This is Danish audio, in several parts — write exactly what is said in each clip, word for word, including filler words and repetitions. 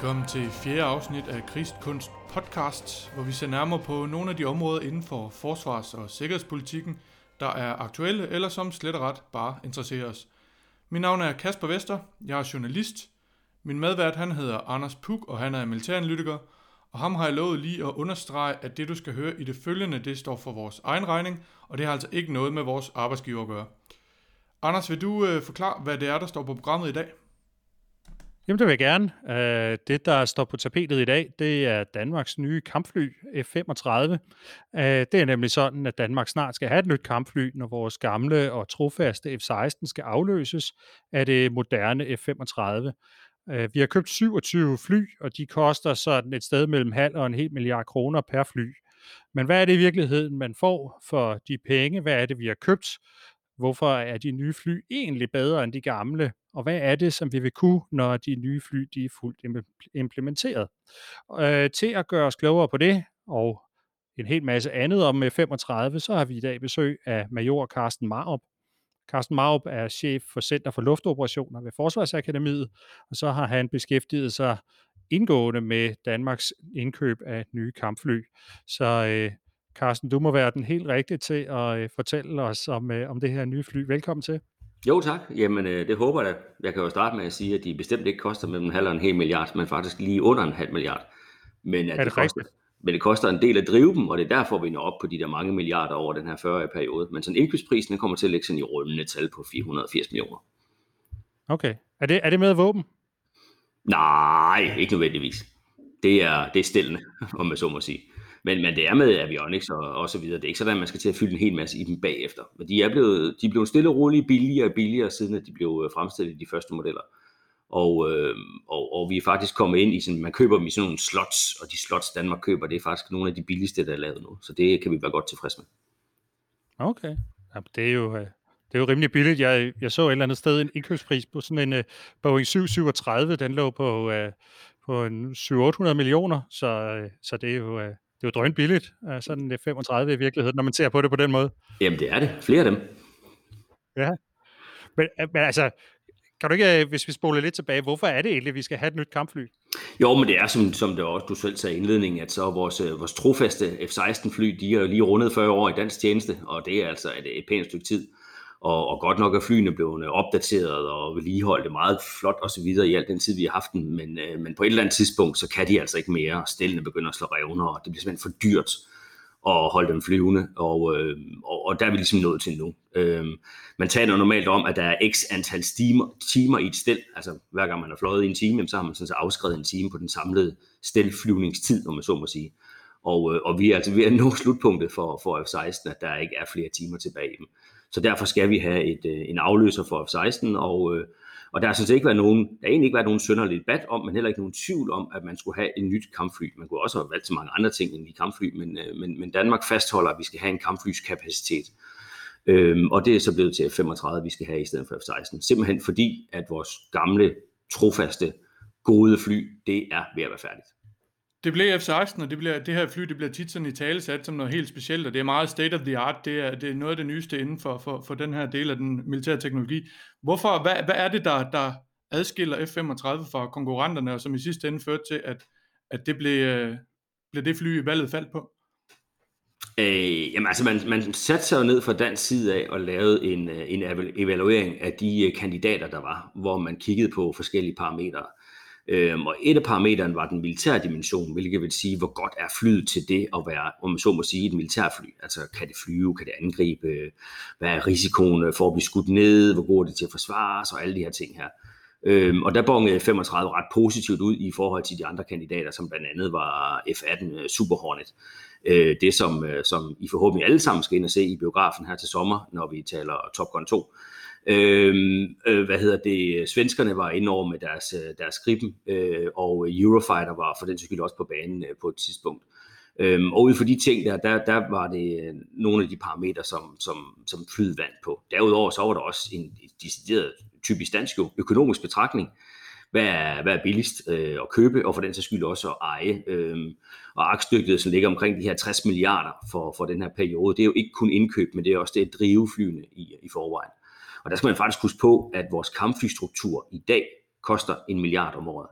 Velkommen til fjerde afsnit af Krigskunst podcast, hvor vi ser nærmere på nogle af de områder inden for forsvars- og sikkerhedspolitikken, der er aktuelle eller som slet og ret bare interesserer os. Mit navn er Kasper Vester, jeg er journalist. Min medvært han hedder Anders Puk, og han er militæranalytiker. Og ham har jeg lovet lige at understrege, at det du skal høre i det følgende, det står for vores egen regning, og det har altså ikke noget med vores arbejdsgiver at gøre. Anders, vil du øh, forklare, hvad det er, der står på programmet i dag? Jamen det vil jeg gerne. Det, der står på tapetet i dag, det er Danmarks nye kampfly F femogtredive. Det er nemlig sådan, at Danmark snart skal have et nyt kampfly, når vores gamle og trofaste F seksten skal afløses af det moderne F femogtredive. Vi har købt syvogtyve fly, og de koster sådan et sted mellem halv og en hel milliard kroner per fly. Men hvad er det i virkeligheden, man får for de penge? Hvad er det, vi har købt? Hvorfor er de nye fly egentlig bedre end de gamle? Og hvad er det, som vi vil kunne, når de nye fly de er fuldt implementeret? Øh, til at gøre os klogere på det, og en hel masse andet om F femogtredive, så har vi i dag besøg af major Carsten Marup. Carsten Marup er chef for Center for Luftoperationer ved Forsvarsakademiet, og så har han beskæftiget sig indgående med Danmarks indkøb af nye kampfly. Så øh, Carsten, du må være den helt rigtige til at øh, fortælle os om, øh, om det her nye fly. Velkommen til. Jo tak, jamen øh, det håber jeg. Jeg kan jo starte med at sige, at de bestemt ikke koster mellem en halv og en hel milliard, men faktisk lige under en halv milliard. Men, at er det, det koster, men det koster en del at drive dem, og det er derfor, vi når op på de der mange milliarder over den her fyrre-årige periode. Men sådan indkøbsprisen kommer til at ligge sådan i rullende tal på fire hundrede og firs millioner. Okay. Er det, er det med våben? Nej, ikke nødvendigvis. Det er, det er stillende, om man så må sige. Men, men det er med avionics og, og så videre. Det er ikke sådan, at man skal til at fylde en hel masse i dem bagefter. Men de er blevet, de er blevet stille og roligt billigere og billigere, siden at de blev fremstillet i de første modeller. Og, øh, og, og vi er faktisk kommet ind i sådan, man køber dem i sådan nogle slots, og de slots Danmark køber, det er faktisk nogle af de billigste, der er lavet nu. Så det kan vi være godt tilfreds med. Okay. Ja, det er jo... Det er jo rimelig billigt. Jeg, jeg så et eller andet sted en indkøbspris på sådan en uh, Boeing syv syvogtredive, den lå på, uh, på en syv til otte hundrede millioner, så, uh, så det er jo, uh, det er jo drønt billigt, uh, sådan en F femogtredive i virkeligheden, når man ser på det på den måde. Jamen det er det. Flere af dem. Ja, men, men altså, kan du ikke, hvis vi spoler lidt tilbage, hvorfor er det egentlig, at vi skal have et nyt kampfly? Jo, men det er som, som det også du selv sagde i indledningen, at så vores, vores trofaste F seksten fly, de er lige rundet fyrre år i dansk tjeneste, og det er altså et, et pænt stykke tid. Og, og godt nok er flyene blevet opdateret og vedligeholdt meget flot og så videre i al den tid, vi har haft den, men, øh, men på et eller andet tidspunkt, så kan de altså ikke mere. Stellene begynder at slå revner, og det bliver simpelthen for dyrt at holde dem flyvende, og, øh, og, og der er vi ligesom nået til nu. Øh, man taler normalt om, at der er x antal timer, timer i et stel, altså hver gang man har fløjet i en time, så har man sådan så afskrevet en time på den samlede stelflyvningstid, når man så må sige. Og, øh, og vi er altså ved at nå slutpunktet for, for F seksten, at der ikke er flere timer tilbage i dem. Så derfor skal vi have et, øh, en afløser for F seksten, og, øh, og der har sådan set ikke været nogen, der har egentlig ikke været nogen sønderlig debat om, men heller ikke nogen tvivl om, at man skulle have et nyt kampfly. Man kunne også have valgt så mange andre ting end de kampfly, men, øh, men, men Danmark fastholder, at vi skal have en kampflyskapacitet. Øhm, og det er så blevet til F femogtredive, vi skal have i stedet for F seksten. Simpelthen fordi, at vores gamle, trofaste, gode fly, det er ved at være færdigt. Det bliver F seksten, og det, bliver, det her fly det bliver tit sådan i tale sat som noget helt specielt, og det er meget state of the art. Det er, det er noget af det nyeste inden for, for, for den her del af den militære teknologi. Hvorfor, hvad, hvad er det, der, der adskiller F femogtredive fra konkurrenterne, og som i sidste ende førte til, at, at det blev, blev det fly valget faldt på? Øh, jamen altså, man, man satte sig jo ned fra dansk side af og lavede en, en evaluering af de kandidater, der var, hvor man kiggede på forskellige parametre. Øhm, og et af parametrene var den militære dimension, hvilket vil sige, hvor godt er flyet til det at være, om man så må sige, et militærfly. Altså kan det flyve, kan det angribe, hvad er risikoen for at blive skudt ned, hvor god er det til at forsvare og alle de her ting her. Øhm, og der bongede F femogtredive ret positivt ud i forhold til de andre kandidater, som blandt andet var F atten Super Hornet. Øh, det som, som I forhåbentlig alle sammen skal ind og se i biografen her til sommer, når vi taler Top Gun to. Øh, øh, hvad hedder det, svenskerne var inde over med deres, deres Gripen, øh, og Eurofighter var for den skyld også på banen øh, på et tidspunkt. Øh, og ud for de ting der, der, der var det nogle af de parametre, som, som, som flyet vandt på. Derudover så var der også en decideret typisk dansk økonomisk betragtning. Hvad er, hvad er billigst øh, at købe, og for den sags skyld også at eje. Øh, og aktstykket, som ligger omkring de her tres milliarder for, for den her periode, det er jo ikke kun indkøb, men det er også det at drive flyene i, i forvejen. Og der skal man faktisk huske på, at vores kampflystruktur i dag koster en milliard om året.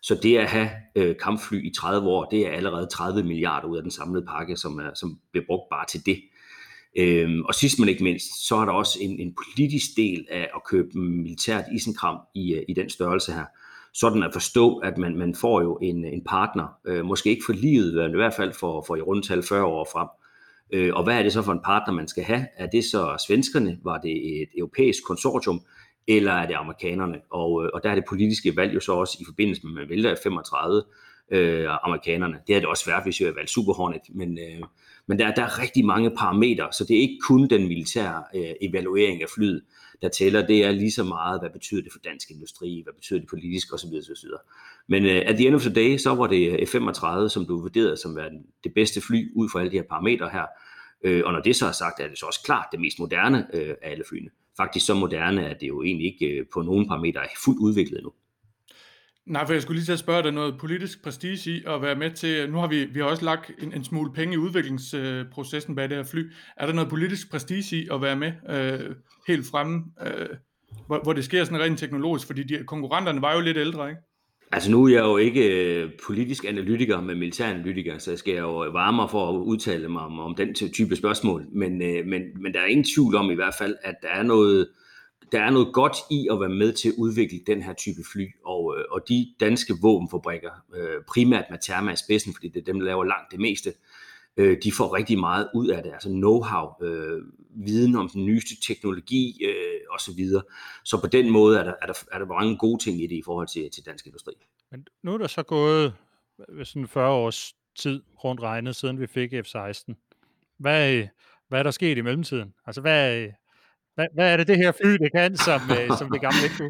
Så det at have øh, kampfly i tredive år, det er allerede tredive milliarder ud af den samlede pakke, som, er, som bliver brugt bare til det. Øhm, og sidst men ikke mindst, så er der også en, en politisk del af at købe militært isenkram i, i den størrelse her. Sådan at forstå, at man, man får jo en, en partner, øh, måske ikke for livet, men i hvert fald for, for i rundtal fyrre år frem. Øh, og hvad er det så for en partner, man skal have? Er det så svenskerne? Var det et europæisk konsortium? Eller er det amerikanerne? Og, og der er det politiske valg jo så også i forbindelse med, at man vælger F femogtredive øh, amerikanerne. Det er det også svært, hvis jeg har valgt Super Hornet, men, øh, men der, der er rigtig mange parametre, så det er ikke kun den militære øh, evaluering af flyet, der tæller. Det er lige så meget, hvad betyder det for dansk industri, hvad betyder det politisk osv. osv. Men øh, at the end of the day, så var det F femogtredive, som blev vurderet som det bedste fly ud fra alle de her parametre her. Øh, og når det så er sagt, er det så også klart det mest moderne øh, af alle flyene. Faktisk så moderne, at det jo egentlig ikke øh, på nogen parametre er fuldt udviklet endnu. Nej, for jeg skulle lige til at spørge dig noget politisk prestige i at være med til, nu har vi, vi har også lagt en, en smule penge i udviklingsprocessen bag det her fly. Er der noget politisk prestige i at være med øh, helt fremme, øh, hvor, hvor det sker sådan rent teknologisk, fordi de, konkurrenterne var jo lidt ældre, ikke? Altså nu er jeg jo ikke politisk analytiker, men militæranalytiker, så jeg skal jo varme mig for at udtale mig om, om den type spørgsmål. Men, men, men der er ingen tvivl om i hvert fald, at der er noget, der er noget godt i at være med til at udvikle den her type fly. Og, og de danske våbenfabrikker, primært med Terma i spidsen, fordi det er dem, der laver langt det meste, de får rigtig meget ud af det, altså know-how, øh, viden om den nyeste teknologi øh, osv. Så på den måde er der, er, der, er der mange gode ting i det i forhold til, til dansk industri. Men nu er der så gået sådan fyrre års tid rundt regnet, siden vi fik F seksten. Hvad, hvad er der sket i mellemtiden? Altså hvad, hvad, hvad er det det her fly, det kan, som, som det gamle ikke kunne?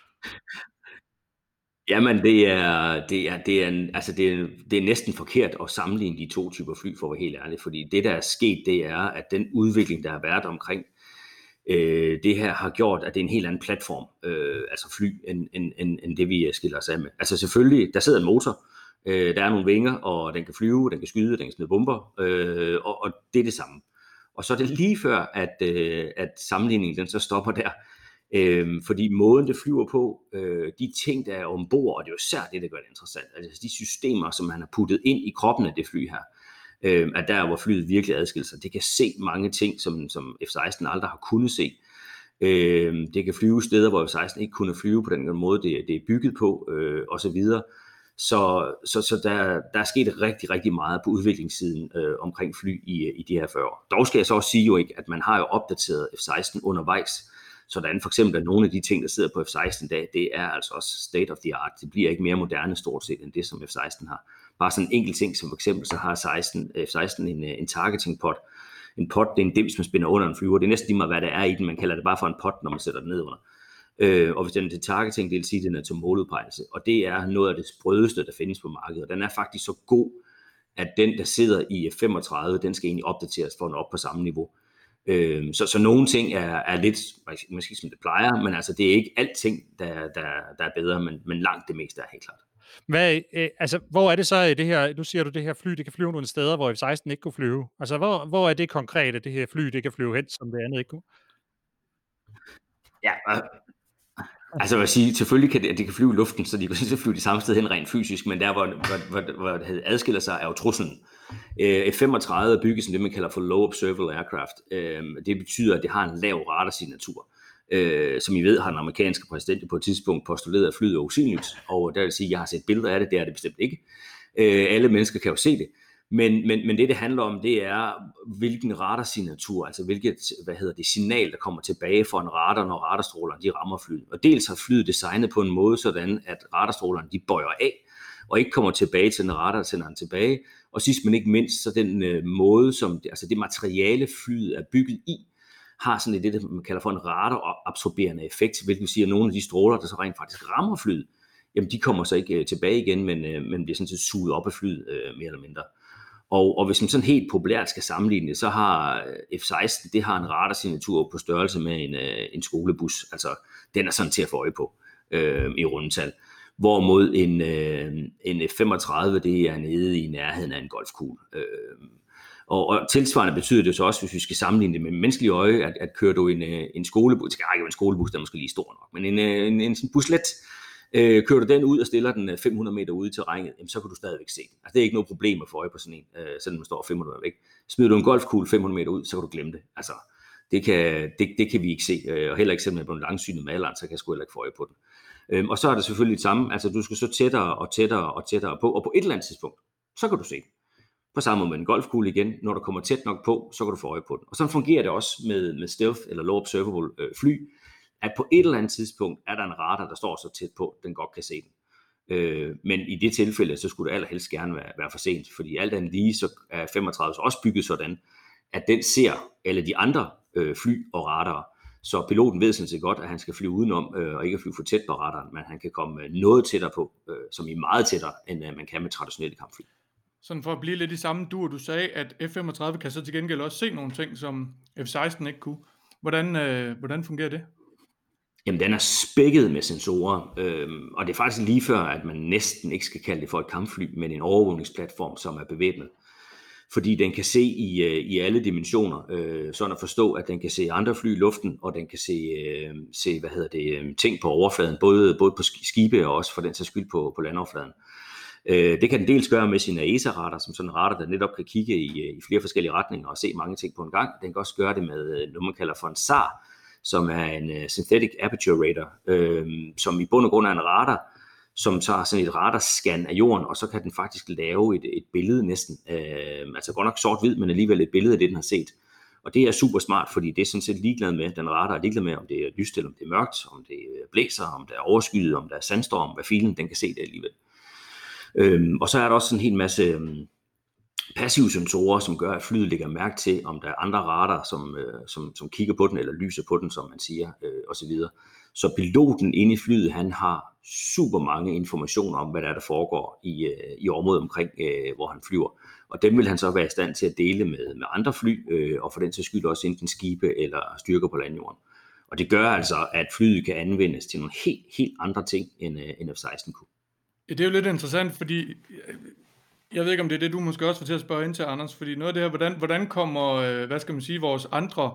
Jamen, det er, det er, det er, en, altså det er, det er næsten forkert at sammenligne de to typer fly, for at være helt ærlig, fordi det, der er sket, det er, at den udvikling, der har været omkring øh, det her, har gjort, at det er en helt anden platform, øh, altså fly, end, end, end, end det, vi skiller os af med. Altså selvfølgelig, der sidder en motor, øh, der er nogle vinger, og den kan flyve, den kan skyde, den kan smide bomber, øh, og, og det er det samme. Og så er det lige før, at, øh, at sammenligningen den så stopper der. Øhm, fordi måden det flyver på, øh, de ting der er ombord, og det er jo især det, der gør det interessant, altså de systemer, som man har puttet ind i kroppen af det fly her, øh, er der, hvor flyet virkelig adskiller sig. Det kan se mange ting, som, som F seksten aldrig har kunnet se. Øh, det kan flyve steder, hvor F seksten ikke kunne flyve på den måde, det, det er bygget på, øh, og så videre. Så, så, så der, der er sket rigtig, rigtig meget på udviklingssiden øh, omkring fly i, i de her fyrre år. Dog skal jeg så også sige jo ikke, at man har jo opdateret F seksten undervejs, sådan for eksempel, at nogle af de ting, der sidder på F seksten i dag, det er altså også state of the art. Det bliver ikke mere moderne stort set, end det, som F seksten har. Bare sådan en enkelt ting, som for eksempel, så har seksten, F seksten en, en targeting pod. En pod, det er en dims, man spænder under en flyver. Det er næsten lige meget, hvad det er i den. Man kalder det bare for en pod, når man sætter den ned under. Øh, og hvis den er til targeting, det vil sige, at den er til måludpegelse. Og det er noget af det sprødeste, der findes på markedet. Og den er faktisk så god, at den, der sidder i F femogtredive, den skal egentlig opdateres for at nå op på samme niveau. Øh, så, så nogle ting er, er lidt, måske som det plejer, men altså det er ikke alting, der, der, der er bedre, men, men langt det meste er helt klart. Hvad, øh, altså, hvor er det så det her, nu siger du det her fly, det kan flyve nogle steder, hvor F seksten ikke kunne flyve. Altså, hvor, hvor er det konkret, at det her fly, det kan flyve hen, som det andet ikke kunne? Ja, øh, altså jeg vil sige, selvfølgelig kan det, at det kan flyve i luften, så de kan selvfølgelig flyve det samme sted hen rent fysisk, men der, hvor, hvor, hvor, hvor det adskiller sig, er jo truslen. Øh, F femogtredive er bygget som det, man kalder for low observable aircraft. Øh, det betyder, at det har en lav radarsignatur. Øh, som I ved, har den amerikanske præsident på et tidspunkt postuleret, at flyet er usynligt, og der vil sige, at jeg har set billeder af det, det er det bestemt ikke. Øh, alle mennesker kan jo se det. Men, men, men det, det handler om, det er, hvilken radarsignatur, altså hvilket hvad hedder det, signal, der kommer tilbage fra en radar, når radarstrålerne de rammer flyet. Og dels har flyet designet på en måde, sådan at radarstrålerne de bøjer af, og ikke kommer tilbage til den radar, der sender den tilbage. Og sidst men ikke mindst, så den øh, måde, som det, altså det materiale flyet er bygget i, har sådan det, det man kalder for en radarabsorberende effekt, hvilket vil sige, at nogle af de stråler, der så rent faktisk rammer flyet, jamen de kommer så ikke øh, tilbage igen, men, øh, men bliver sådan set suget op af flyet, øh, mere eller mindre. Og, og hvis man sådan helt populært skal sammenligne det, så har F seksten, det har en radarsignatur på størrelse med en, en skolebus. Altså, den er sådan til at få øje på øh, i rundetal. Hvorimod en, øh, en F femogtredive, det er nede i nærheden af en golfkugle. Øh, og, og tilsvarende betyder det så også, hvis vi skal sammenligne det med menneskelige øje, at, at kører du en, en skolebus, det skal ikke en skolebus, der er måske lige stor nok, men en, en, en, en buslet, Øh, kører du den ud og stiller den fem hundrede meter ude i terrænet, jamen, så kan du stadigvæk se den. Altså, det er ikke noget problem at få øje på sådan en, øh, selvom man står fem hundrede meter væk. Smider du en golfkugle fem hundrede meter ud, så kan du glemme det. Altså, det kan, det, det kan vi ikke se, øh, og heller ikke simpelthen på en langsynet med alderen, så kan jeg sgu heller ikke få øje på den. Øh, og så er det selvfølgelig det samme, altså du skal så tættere og tættere og tættere på, og på et eller andet tidspunkt, så kan du se den. På samme måde med en golfkugle igen, når du kommer tæt nok på, så kan du få øje på den. Og sådan fungerer det også med, med stealth eller low observable øh, fly, at på et eller andet tidspunkt er der en radar, der står så tæt på, den godt kan se den. Øh, men i det tilfælde, så skulle det allerhelst gerne være, være for sent, fordi alt andet lige, så er femogtredive så også bygget sådan, at den ser alle de andre øh, fly og radarer. Så piloten ved sådan set godt, at han skal flyve udenom øh, og ikke flyve for tæt på radaren, men han kan komme noget tættere på, øh, som i meget tættere, end øh, man kan med traditionelle kampfly. Sådan for at blive lidt i samme dur, du sagde, at F femogtredive kan så til gengæld også se nogle ting, som F seksten ikke kunne. Hvordan, øh, hvordan fungerer det? Jamen, den er spækket med sensorer, øhm, og det er faktisk lige før, at man næsten ikke skal kalde det for et kampfly, men en overvågningsplatform, som er bevæbnet. Fordi den kan se i, øh, i alle dimensioner, øh, sådan at forstå, at den kan se andre fly i luften, og den kan se, øh, se hvad hedder det, øh, ting på overfladen, både, både på skibe og også for den sags skyld på, på landoverfladen. Øh, det kan den dels gøre med sin A E S A-radar, som sådan en radar, der netop kan kigge i, i flere forskellige retninger og se mange ting på en gang. Den kan også gøre det med noget, man kalder for en S A R, som er en uh, Synthetic Aperture Radar, øh, som i bund og grund er en radar, som tager sådan et radarscan af jorden, og så kan den faktisk lave et, et billede næsten, øh, altså godt nok sort-hvid, men alligevel et billede af det, den har set. Og det er super smart, fordi det er sådan set ligeglad med, den radar er ligeglad med, om det er lyst eller om det er mørkt, om det blæser, om der er overskyet, om der er sandstorm, hvad filen, den kan se det alligevel. Øhm, og så er der også en hel masse øhm, passive sensorer, som gør, at flyet lægger mærke til, om der er andre radar, som, øh, som, som kigger på den, eller lyser på den, som man siger, øh, osv. Så piloten inde i flyet, han har super mange informationer om, hvad der er, der foregår i, øh, i området omkring, øh, hvor han flyver. Og dem vil han så være i stand til at dele med, med andre fly, øh, og for den til skyld også enten skibe eller styrker på landjorden. Og det gør altså, at flyet kan anvendes til nogle helt, helt andre ting, end, øh, end F seksten kunne. Ja, det er jo lidt interessant, fordi jeg ved ikke, om det er det, du måske også får til at spørge ind til, Anders, fordi noget af det her, hvordan, hvordan kommer, hvad skal man sige, vores andre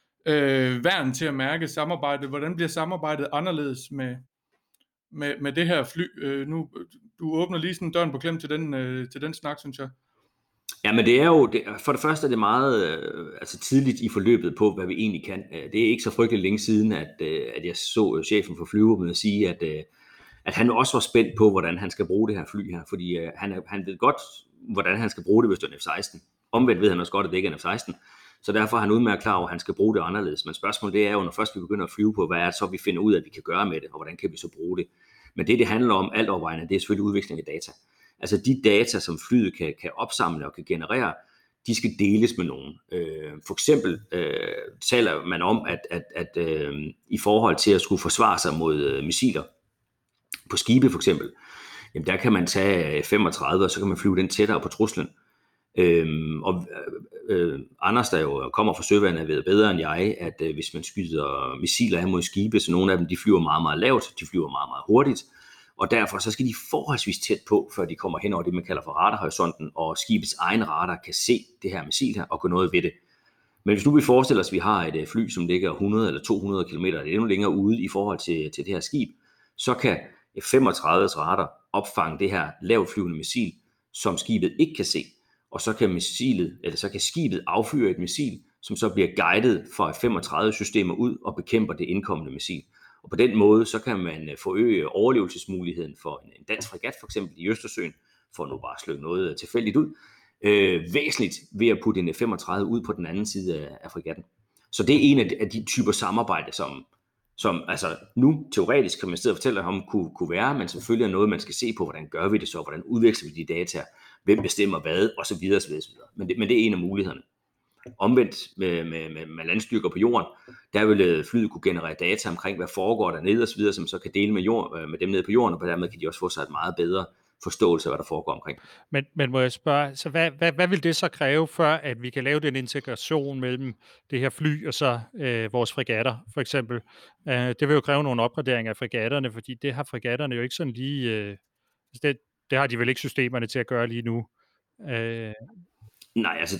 øh, værn til at mærke samarbejdet? Hvordan bliver samarbejdet anderledes med, med, med det her fly? Øh, nu, du åbner lige sådan døren på klem til den, øh, til den snak, synes jeg. Ja, men det er jo, det, for det første er det meget øh, altså tidligt i forløbet på, hvad vi egentlig kan. Det er ikke så frygteligt længe siden, at, øh, at jeg så chefen for flyvevåbnet sige, at øh, at han også var spændt på, hvordan han skal bruge det her fly her, fordi øh, han, han ved godt, hvordan han skal bruge det, hvis det er en F seksten. Omvendt ved han også godt, at det ikke er en F seksten, så derfor er han udmærket klar over, at han skal bruge det anderledes. Men spørgsmålet det er jo, når først vi begynder at flyve på, hvad er det så, vi finder ud af, at vi kan gøre med det, og hvordan kan vi så bruge det. Men det, det handler om alt overvejende, det er selvfølgelig udveksling af data. Altså de data, som flyet kan, kan opsamle og kan generere, de skal deles med nogen. Øh, for eksempel øh, taler man om, at, at, at øh, i forhold til at skulle forsvare sig mod øh, missiler, på skibe for eksempel, jamen der kan man tage F femogtredive, og så kan man flyve den tættere på truslen. Øhm, og øh, Anders, der jo kommer fra søværnet, ved bedre end jeg, at øh, hvis man skyder missiler af mod skibe, så nogle af dem de flyver meget, meget lavt, de flyver meget, meget hurtigt, og derfor så skal de forholdsvis tæt på, før de kommer hen over det, man kalder for radarhorisonten, og skibets egen radar kan se det her missil her og gøre noget ved det. Men hvis nu vi forestiller os, at vi har et fly, som ligger hundrede eller to hundrede kilometer, eller endnu længere ude i forhold til, til det her skib, så kan F femogtredives radar opfange det her lavtflyvende missil, som skibet ikke kan se, og så kan missilet, eller så kan skibet affyre et missil, som så bliver guidet fra F femogtredive systemer ud og bekæmper det indkommende missil. Og på den måde, så kan man forøge overlevelsesmuligheden for en dansk fregat, for eksempel i Østersøen, for nu bare at slå noget tilfældigt ud, øh, væsentligt ved at putte en F femogtredive ud på den anden side af, af fregatten. Så det er en af de, af de typer samarbejde, som som altså nu teoretisk kan man sidde og fortælle om, kunne, kunne være, men selvfølgelig er noget, man skal se på, hvordan gør vi det så, hvordan udveksler vi de data, hvem bestemmer hvad, og så videre, så videre, så videre. Men, det, men det er en af mulighederne. Omvendt med, med, med, med landstyrker på jorden, der vil flyet kunne generere data omkring, hvad foregår dernede og så videre, som så kan dele med, jord, med dem nede på jorden, og på dermed kan de også få sig et meget bedre forståelse af, hvad der foregår omkring. Men, men må jeg spørge, så hvad, hvad, hvad vil det så kræve, før at vi kan lave den integration mellem det her fly og så øh, vores fregatter, for eksempel? Øh, det vil jo kræve nogle opgraderinger af fregatterne, fordi det har fregatterne jo ikke sådan lige... Øh, det, det har de vel ikke systemerne til at gøre lige nu? Øh... Nej, altså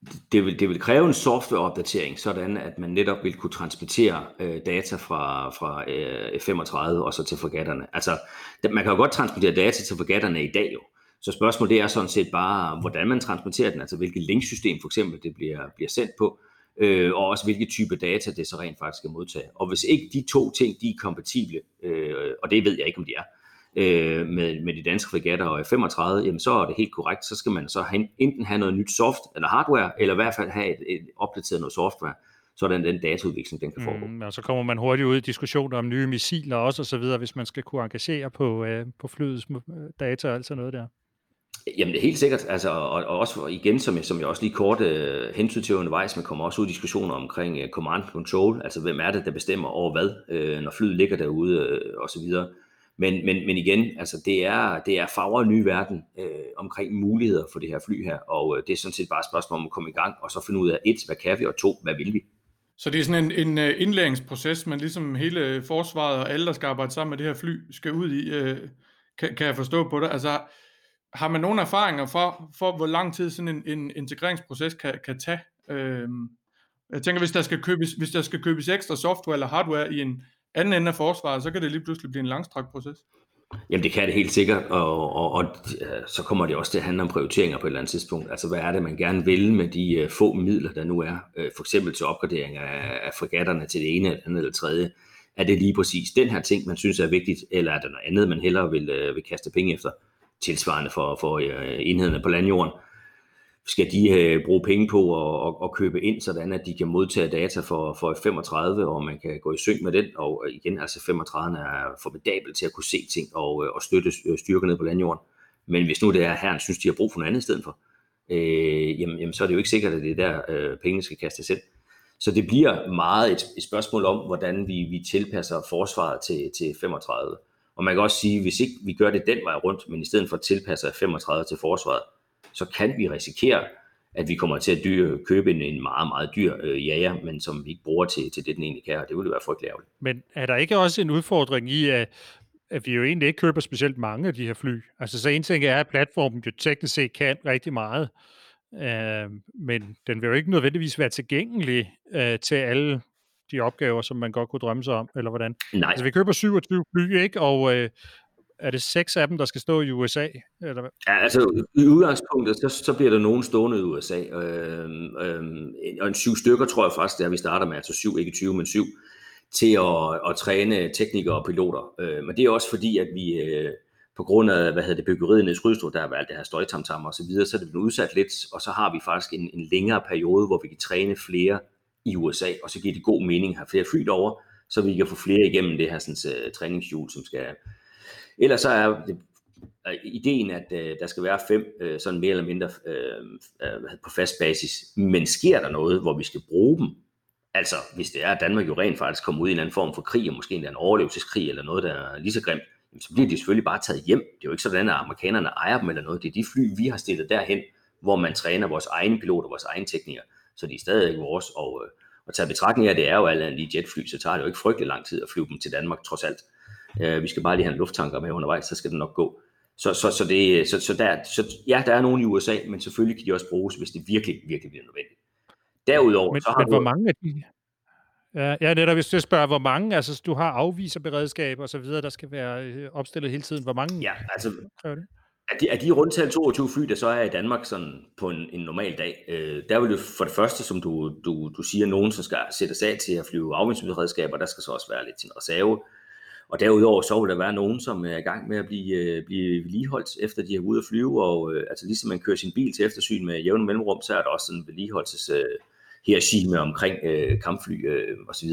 det vil, det vil kræve en softwareopdatering, sådan at man netop vil kunne transportere øh, data fra, fra øh, F femogtredive og så til fregatterne. Altså, man kan jo godt transportere data til fregatterne i dag jo. Så spørgsmålet det er sådan set bare, hvordan man transporterer den, altså hvilket linksystem for eksempel det bliver, bliver sendt på, øh, og også hvilke type data det så rent faktisk skal modtage. Og hvis ikke de to ting, de er kompatible, øh, og det ved jeg ikke, om de er, øh, med, med de danske fregatter og F femogtredive, jamen så er det helt korrekt, så skal man så have, enten have noget nyt soft eller hardware, eller i hvert fald have et, et opdateret noget software, sådan den dataudvikling, den kan foregå. Mm, og så kommer man hurtigt ud i diskussioner om nye missiler også, og så videre, hvis man skal kunne engagere på, øh, på flyets data og alt sådan noget der. Jamen det er helt sikkert, altså, og, og også igen, som jeg, som jeg også lige kort øh, hensyn til undervejs, man kommer også ud i diskussioner omkring øh, command control, altså hvem er det, der bestemmer over hvad, øh, når flyet ligger derude øh, og så videre. Men, men, men igen, altså det er, det er farver en ny verden øh, omkring muligheder for det her fly her, og øh, det er sådan set bare et spørgsmål om at komme i gang, og så finde ud af et, hvad kan vi, og to, hvad vil vi? Så det er sådan en, en indlæringsproces, man ligesom hele forsvaret og alle, der skal arbejde sammen med det her fly, skal ud i, øh, kan, kan jeg forstå på det. Altså har man nogle erfaringer for, for hvor lang tid sådan en, en integreringsproces kan, kan tage? Øh, jeg tænker, hvis der, skal købes, hvis der skal købes ekstra software eller hardware i en anden ende af forsvaret, så kan det lige pludselig blive en langstrakt proces. Jamen det kan det helt sikkert, og, og, og så kommer det også til at handle om prioriteringer på et eller andet tidspunkt. Altså hvad er det, man gerne vil med de uh, få midler, der nu er, uh, for eksempel til opgradering af, af fregatterne til det ene eller andet eller tredje. Er det lige præcis den her ting, man synes er vigtigt, eller er der noget andet, man hellere vil, uh, vil kaste penge efter, tilsvarende for, for uh, enhederne på landjorden? Skal de øh, bruge penge på at, at, at købe ind, sådan at de kan modtage data for, for F femogtredive, og man kan gå i synk med den, og igen, altså F femogtredive er formidabel til at kunne se ting og, og støtte styrker ned på landjorden. Men hvis nu det er herren synes, de har brug for noget andet i stedet for, øh, jamen, jamen, så er det jo ikke sikkert, at det er der, øh, pengene skal kastes ind. Så det bliver meget et, et spørgsmål om, hvordan vi, vi tilpasser forsvaret til, til F femogtredive. Og man kan også sige, hvis ikke vi gør det den vej rundt, men i stedet for at tilpasse F femogtredive til forsvaret, så kan vi risikere, at vi kommer til at dyr, købe en, en meget, meget dyr øh, jager, men som vi ikke bruger til, til det, den egentlig kan, og det ville være frygtelig ærgerligt. Men er der ikke også en udfordring i, at, at vi jo egentlig ikke køber specielt mange af de her fly? Altså så en ting er, at platformen jo teknisk set kan rigtig meget, øh, men den vil jo ikke nødvendigvis være tilgængelig øh, til alle de opgaver, som man godt kunne drømme sig om, eller hvordan? Nej. Altså vi køber syvogtyve fly, ikke? Og øh, er det seks af dem, der skal stå i U S A? Eller hvad? Ja, altså i udgangspunktet, så, så bliver der nogen stående i U S A, øh, øh, og en syv stykker tror jeg faktisk, det er, vi starter med, altså syv, ikke tyve, men syv, til at, at træne teknikere og piloter. Øh, men det er også fordi, at vi øh, på grund af, hvad hedder det, byggeriet i Skrydstrup, der er alt det her støjtamtam og så videre, så er det blevet udsat lidt, og så har vi faktisk en, en længere periode, hvor vi kan træne flere i U S A, og så giver det god mening at have flere fly derovre, så vi kan få flere igennem det her sådan, uh, træningshjul, som skal... Ellers så er det, uh, ideen, at uh, der skal være fem, uh, sådan mere eller mindre uh, uh, på fast basis, men sker der noget, hvor vi skal bruge dem? Altså, hvis det er, at Danmark jo rent faktisk kommer ud i en anden form for krig, og måske endda en overlevelseskrig, eller noget, der er lige så grimt, så bliver de selvfølgelig bare taget hjem. Det er jo ikke sådan, at amerikanerne ejer dem eller noget. Det er de fly, vi har stillet derhen, hvor man træner vores egne piloter, vores egne teknikere, så de er stadig ikke vores. Og, øh, og tage betragtning af, det er jo alle lige jetfly, så tager det jo ikke frygtelig lang tid at flyve dem til Danmark, trods alt. Øh, vi skal bare lige have en lufttanker med undervejs, så skal det nok gå. Så, så, så, det, så, så, der, så ja, der er nogen i U S A, men selvfølgelig kan de også bruges, hvis det virkelig, virkelig bliver nødvendigt. Derudover, men, så har men du... hvor mange af de... Ja, ja, netop hvis du spørger, hvor mange, altså du har afviserberedskab og så videre, der skal være opstillet hele tiden. Hvor mange ja, altså, kræver det? Af de, af de rundtal toogtyve fly, der så er i Danmark sådan på en, en normal dag, øh, der vil jo for det første, som du, du, du siger, nogen, som skal sættes af til at flyve afvisningsberedskaber, der skal så også være lidt til en reserve. Og derudover så vil der være nogen, som er i gang med at blive, blive vedligeholdt, efter de er ude at flyve. Og øh, altså ligesom man kører sin bil til eftersyn med jævne mellemrum, så er der også sådan en vedligeholdelses øh, hierarki med omkring øh, kampfly øh, osv.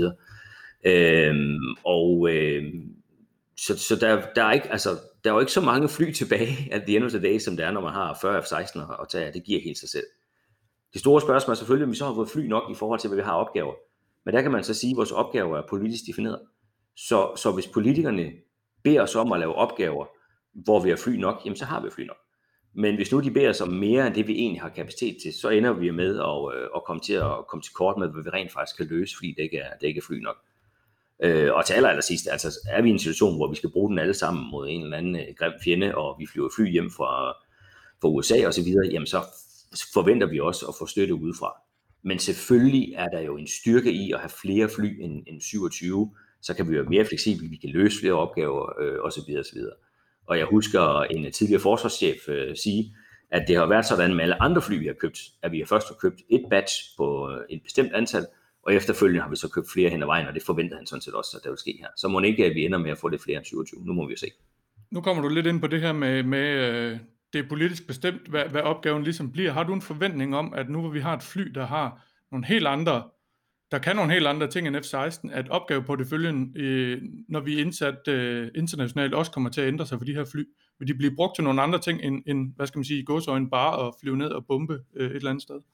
Øh, og øh, så, så der, der, er ikke, altså, der er jo ikke så mange fly tilbage at the end of the day, som det er, når man har fyrre F seksten at tage. Det giver helt sig selv. Det store spørgsmål er selvfølgelig, om vi så har fået fly nok i forhold til, hvad vi har opgaver. Men der kan man så sige, at vores opgaver er politisk defineret. Så, så hvis politikerne beder os om at lave opgaver, hvor vi har fly nok, jamen så har vi fly nok. Men hvis nu de beder os om mere end det, vi egentlig har kapacitet til, så ender vi med at, øh, at komme til at komme til kort med, hvad vi rent faktisk kan løse, fordi det ikke er, det ikke er fly nok. Øh, og til aller, aller sidst, altså er vi i en situation, hvor vi skal bruge den alle sammen mod en eller anden øh, grim fjende, og vi flyver fly hjem fra, fra U S A og så videre, jamen så forventer vi også at få støtte udefra. Men selvfølgelig er der jo en styrke i at have flere fly end, end syvogtyve, så kan vi være mere fleksible, vi kan løse flere opgaver øh, osv. osv. Og jeg husker en tidligere forsvarschef øh, sige, at det har været sådan med alle andre fly, vi har købt, at vi har først har købt et batch på et bestemt antal, og efterfølgende har vi så købt flere hen ad vejen, og det forventer han sådan set også, at der vil ske her. Så må det ikke, at vi ender med at få det flere end syvogtyve. Nu må vi jo se. Nu kommer du lidt ind på det her med, med øh, det er politisk bestemt, hvad, hvad opgaven ligesom bliver. Har du en forventning om, at nu hvor vi har et fly, der har nogle helt andre, der kan nogle helt andre ting end F seksten, at opgaveporteføljen, øh, når vi er indsat øh, internationalt, også kommer til at ændre sig for de her fly? Vil de blive brugt til nogle andre ting end, end hvad skal man sige, i gåseøjne bare at flyve ned og bombe øh, et eller andet sted?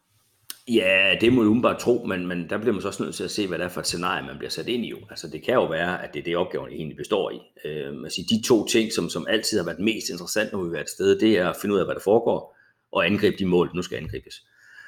Ja, det må du umiddelbart tro, men, men der bliver man så også nødt til at se, hvad det er for et scenarie, man bliver sat ind i. Jo. Altså det kan jo være, at det er det, opgaven egentlig består i. Øh, altså, de to ting, som, som altid har været mest interessant, når vi er et sted, det er at finde ud af, hvad der foregår, og angribe de mål, der nu skal angribes.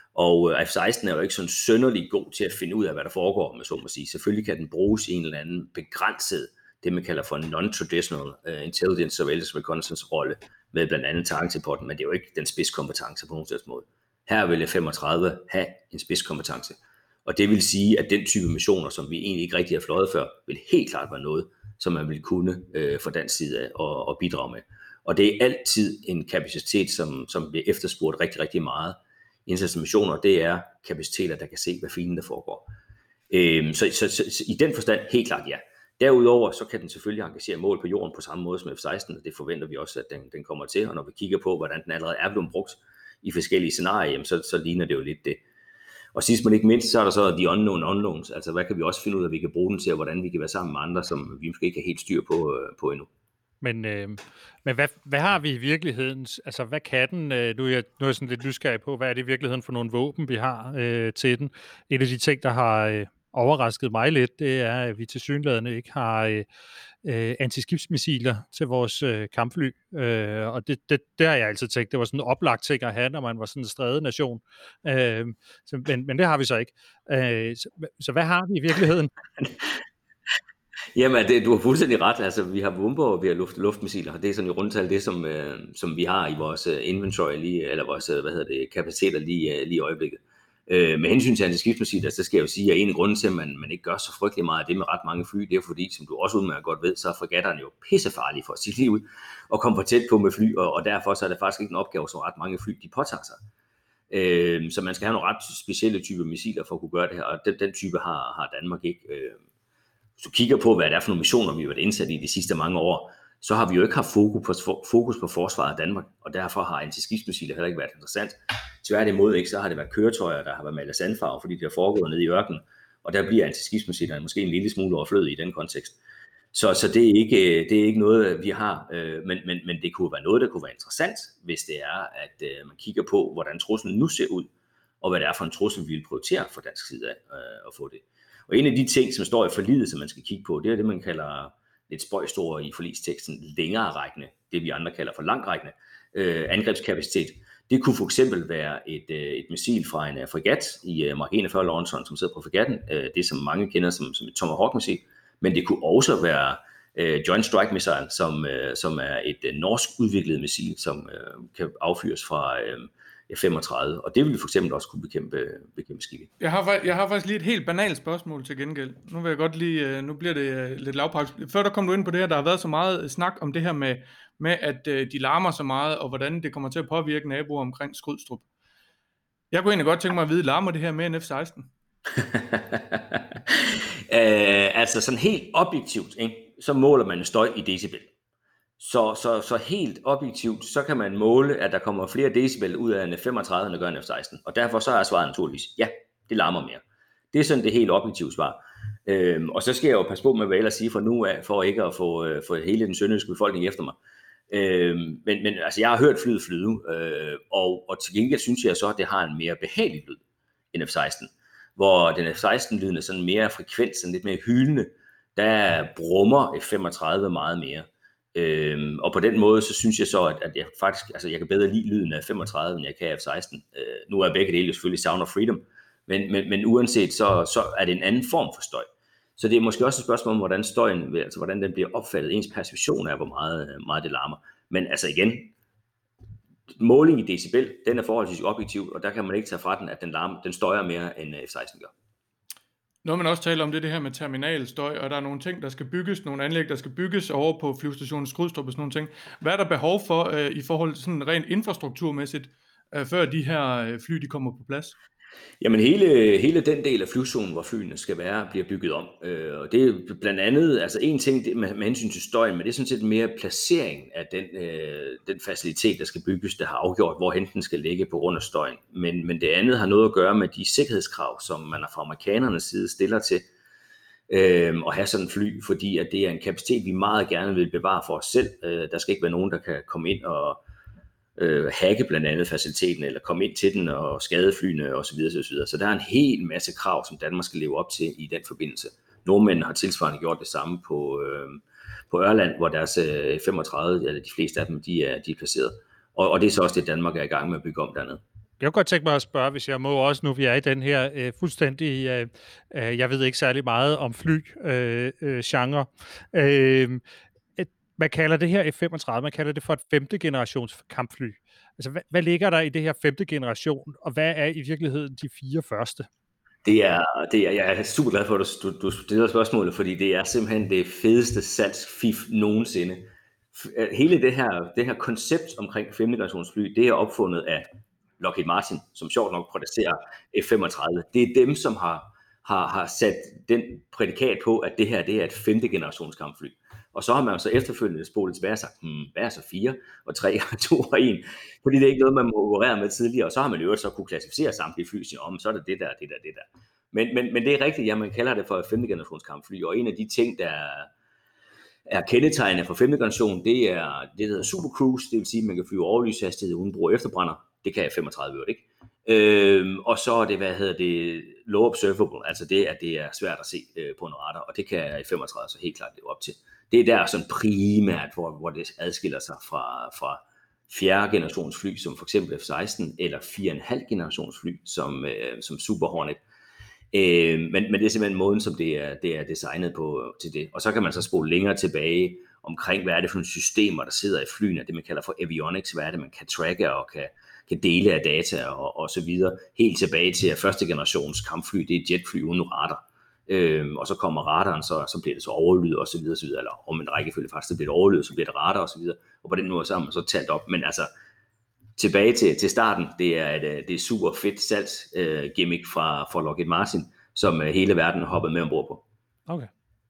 Og F seksten er jo ikke sådan sønderlig god til at finde ud af, hvad der foregår, med så må sige. Selvfølgelig kan den bruges i en eller anden begrænset, det man kalder for non-traditional uh, intelligence surveillance reconnaissance rolle, med blandt andet targetreporten, men det er jo ikke den spidskompetence på nogen måde. Her vil F femogtredive have en spidskompetence, og det vil sige, at den type missioner, som vi egentlig ikke rigtig har fløjet før, vil helt klart være noget, som man vil kunne øh, fra dansk side af og, og bidrage med. Og det er altid en kapacitet, som, som bliver efterspurgt rigtig, rigtig meget. Internationale missioner, det er kapaciteter, der kan se, hvad filen der foregår. Øhm, så, så, så, så i den forstand, helt klart ja. Derudover, så kan den selvfølgelig engagere mål på jorden på samme måde som F seksten, og det forventer vi også, at den, den kommer til. Og når vi kigger på, hvordan den allerede er blevet brugt i forskellige scenarier, så, så ligner det jo lidt det. Og sidst men ikke mindst, så er der så the unknown unknowns, altså hvad kan vi også finde ud af, at vi kan bruge den til, og hvordan vi kan være sammen med andre, som vi måske ikke har helt styr på, på endnu. Men, øh, men hvad, hvad har vi i virkeligheden, altså hvad kan den, øh, nu, er jeg, nu er jeg sådan lidt nysgerrig på, hvad er det i virkeligheden for nogle våben, vi har øh, til den. En af de ting, der har øh, overrasket mig lidt, det er, at vi tilsyneladende ikke har øh, øh, antiskibsmissiler til vores øh, kampfly, øh, og det, det, det har jeg altid tænkt, det var sådan en oplagt ting at have, når man var sådan en strædet nation, øh, så, men, men det har vi så ikke. Øh, så, så hvad har vi i virkeligheden? Jamen, det, du har fuldstændig ret. Altså, vi har bomber, og vi har luft, luftmissiler. Det er sådan i rundtal det, som, øh, som vi har i vores inventory, lige, eller vores hvad hedder det, kapaciteter lige, lige i øjeblikket. Øh, med hensyn til antiskibsmissiler, så skal jeg jo sige, at en af grunden til, at man, man ikke gør så frygtelig meget af det med ret mange fly, det er fordi, som du også udmærket godt ved, så er fregatterne jo pissefarlige for at sige lige ud, og komme for tæt på med fly, og, og derfor så er det faktisk ikke en opgave, som ret mange fly de påtager sig. Øh, så man skal have nogle ret specielle typer missiler for at kunne gøre det her, og den, den type har, har Danmark ikke. Øh, Hvis du kigger på, hvad det er for nogle missioner, vi har været indsat i de sidste mange år, så har vi jo ikke haft fokus på, fokus på forsvaret af Danmark, og derfor har antiskibsmissiler heller ikke været interessant. Tværtimod ikke, så har det været køretøjer, der har været malet sandfarve, fordi det har foregået nede i ørkenen, og der bliver antiskibsmissilerne måske en lille smule overflødige i den kontekst. Så, så det, er ikke, det er ikke noget, vi har, øh, men, men, men det kunne være noget, der kunne være interessant, hvis det er, at øh, man kigger på, hvordan truslen nu ser ud, og hvad det er for en trussel, vi vil prioritere fra dansk side af øh, at få det. Og en af de ting, som står i forliget, som man skal kigge på, det er det, man kalder lidt spøjstore i forligsteksten, længere rækkende, det vi andre kalder for langrækkende øh, angrebskapacitet. Det kunne for eksempel være et, øh, et missil fra en uh, fregat i uh, Mark enogfyrre Lawrence, som sidder på fregatten, øh, det som mange kender som, som et Tomahawk-missil, men det kunne også være øh, Joint Strike Missile, som, øh, som er et øh, norsk udviklet missil, som øh, kan affyres fra øh, F femogtredive, og det vil vi for eksempel også kunne bekæmpe, bekæmpe skibe. Jeg har, jeg har faktisk lige et helt banalt spørgsmål til gengæld. Nu vil jeg godt lige, nu bliver det lidt lavpraktisk. Før der kom du ind på det her, der har været så meget snak om det her med, med at de larmer så meget, og hvordan det kommer til at påvirke naboer omkring Skrydstrup. Jeg kunne egentlig godt tænke mig at vide, larmer det her mere end F seksten? øh, altså sådan helt objektivt, ikke? Så måler man støj i decibel. Så, så, så helt objektivt, så kan man måle, at der kommer flere decibel ud af en F femogtredive, end der gør en F seksten. Og derfor så er svaret naturligvis, ja, det larmer mere. Det er sådan det helt objektive svar. Øhm, og så skal jeg jo passe på med, hvad jeg ellers siger fra nu af, for ikke at få, øh, få hele den sønderjyske befolkning efter mig. Øhm, men, men altså, jeg har hørt flyet flyde, øh, og, og til gengæld synes jeg så, at det har en mere behagelig lyd end F seksten. Hvor den F seksten-lyden er sådan mere frekvent, sådan lidt mere hylende. Der brummer F femogtredive meget mere. Øhm, og på den måde, så synes jeg så, at, at jeg faktisk, altså jeg kan bedre lide lyden af F femogtredive, end jeg kan af F seksten. Øh, nu er begge dele selvfølgelig Sound of Freedom, men, men, men uanset, så, så er det en anden form for støj. Så det er måske også et spørgsmål om, hvordan støjen, altså hvordan den bliver opfattet, ens perception af, hvor meget, meget det larmer. Men altså igen, måling i decibel, den er forholdsvis objektiv, og der kan man ikke tage fra den, at den, larm, den støjer mere end F seksten gør. Når man også taler om det, det her med terminalstøj, og der er nogle ting, der skal bygges, nogle anlæg, der skal bygges over på flyvestationen Skrydstrup og sådan nogle ting. Hvad er der behov for øh, i forhold til sådan rent infrastrukturmæssigt, øh, før de her øh, fly de kommer på plads? Jamen hele, hele den del af flyvzonen, hvor flyene skal være, bliver bygget om. Øh, og det er blandt andet, altså en ting det med, med hensyn til støjen, men det er sådan set mere placering af den, øh, den facilitet, der skal bygges, der har afgjort, hvor den skal ligge på grund af støjen. Men, men det andet har noget at gøre med de sikkerhedskrav, som man fra amerikanernes side stiller til øh, at have sådan en fly, fordi at det er en kapacitet, vi meget gerne vil bevare for os selv. Øh, der skal ikke være nogen, der kan komme ind og øh, hacke blandt andet faciliteten, eller komme ind til den og skade flyene osv. osv. Så der er en hel masse krav, som Danmark skal leve op til i den forbindelse. Nordmændene har tilsvarende gjort det samme på, øh, på Ørland, hvor deres øh, femogtredive, eller de fleste af dem, de er, de er placeret. Og, og det er så også det, Danmark er i gang med at bygge om dernede. Jeg kunne godt tænke mig at spørge, hvis jeg må også, nu vi er i den her øh, fuldstændig, øh, øh, jeg ved ikke særlig meget om fly-genre. Øh, øh, man kalder det her F femogtredive, man kalder det for et femte generations kampfly. Altså, hvad, hvad ligger der i det her femte generation, og hvad er i virkeligheden de fire første? Det er, det er, jeg er super glad for, at du, du stiller spørgsmålet, fordi det er simpelthen det fedeste salgsfif nogensinde. Hele det her, det her koncept omkring femte generations fly, det er opfundet af Lockheed Martin, som sjovt nok producerer F femogtredive. Det er dem, som har, har, har sat den prædikat på, at det her det er et femte generations kampfly. Og så har man så efterfølgende spolet tilbage og sagt, hmm, hvad er så fire, og tre, og to, og en? Fordi det er ikke noget, man må operere med tidligere, og så har man jo så kunne klassificere samtlige fly, og om så er det det der, det der, det der. Men, men, men det er rigtigt, ja, man kalder det for et femte generations kampfly, og en af de ting, der er kendetegnende for femte generation, det er det, der hedder Super Cruise, det vil sige, at man kan flyve overlyshastighed uden brug af efterbrænder. Det kan F femogtredive jo ikke. Øhm, og så er det, hvad hedder det, low observable, altså det, at det er svært at se øh, på en radar, og det kan F femogtredive så helt klart leve op til. Det er der sådan primært, hvor, hvor det adskiller sig fra, fra fjerde generations fly, som for eksempel F seksten, eller fire komma fem generations fly, som, øh, som Super Hornet. Øh, men, men det er simpelthen måden, som det er, det er designet på til det. Og så kan man så spole længere tilbage omkring, hvad er det for nogle systemer, der sidder i flyene, det man kalder for avionics, hvad er det, man kan tracke og kan, kan dele af data og, og så videre. Helt tilbage til, at første generations kampfly, det er jetfly uden radar. Øhm, og så kommer radaren, så, så bliver det så overlyd og så videre, så videre, eller om en rækkefølge faktisk, så bliver det overlyd, så bliver det radar og så videre, og på den måde så har man så talt op, men altså tilbage til, til starten, det er et det er super fedt salgs øh, gimmick fra, fra Lockheed Martin, som øh, hele verden har hoppet med ombord på. Okay.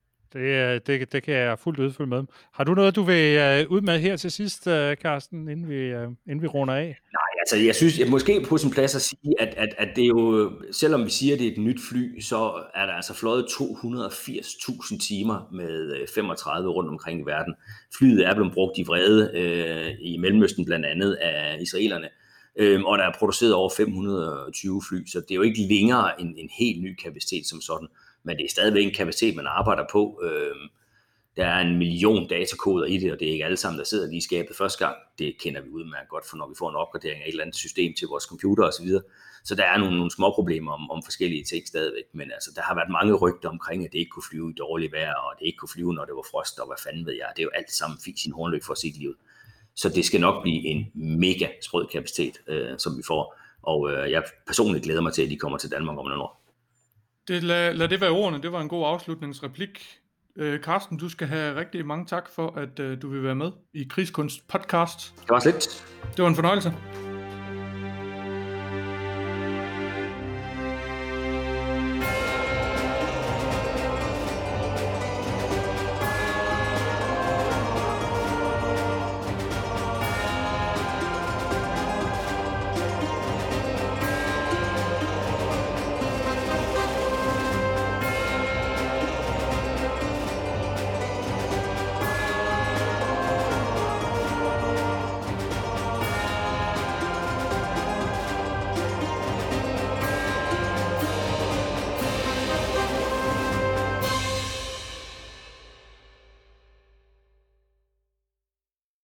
Det, det, det kan jeg fuldt udfølge med. Har du noget, du vil uh, ud med her til sidst, uh, Carsten, inden vi, uh, inden vi runder af? Nej, altså jeg synes, jeg måske på sin plads at sige, at, at, at det er jo, selvom vi siger, at det er et nyt fly, så er der altså fløjet to hundrede og firs tusind timer med femogtredive rundt omkring i verden. Flyet er blevet brugt i vrede øh, i Mellemøsten blandt andet af israelerne, øh, og der er produceret over fem hundrede og tyve fly, så det er jo ikke længere en, en helt ny kapacitet som sådan. Men det er stadigvæk en kapacitet, man arbejder på. Øh, der er en million datakoder i det, og det er ikke alle sammen, der sidder lige i skabet første gang. Det kender vi udmærket godt, for når vi får en opgradering af et eller andet system til vores computer osv. Så, så der er nogle, nogle små problemer om, om forskellige ting stadigvæk. Men altså, der har været mange rygter omkring, at det ikke kunne flyve i dårligt vejr, og det ikke kunne flyve, når det var frost, og hvad fanden ved jeg. Det er jo alt sammen fik sin hornløb for sit liv. Så det skal nok blive en mega sprød kapacitet, øh, som vi får. Og øh, jeg personligt glæder mig til, at de kommer til Danmark om nogle år. Det, lad, lad det være ordene. Det var en god afslutningsreplik. Øh, Carsten, du skal have rigtig mange tak for, at øh, du vil være med i Krigskunst podcast. Det var slet. Det var en fornøjelse.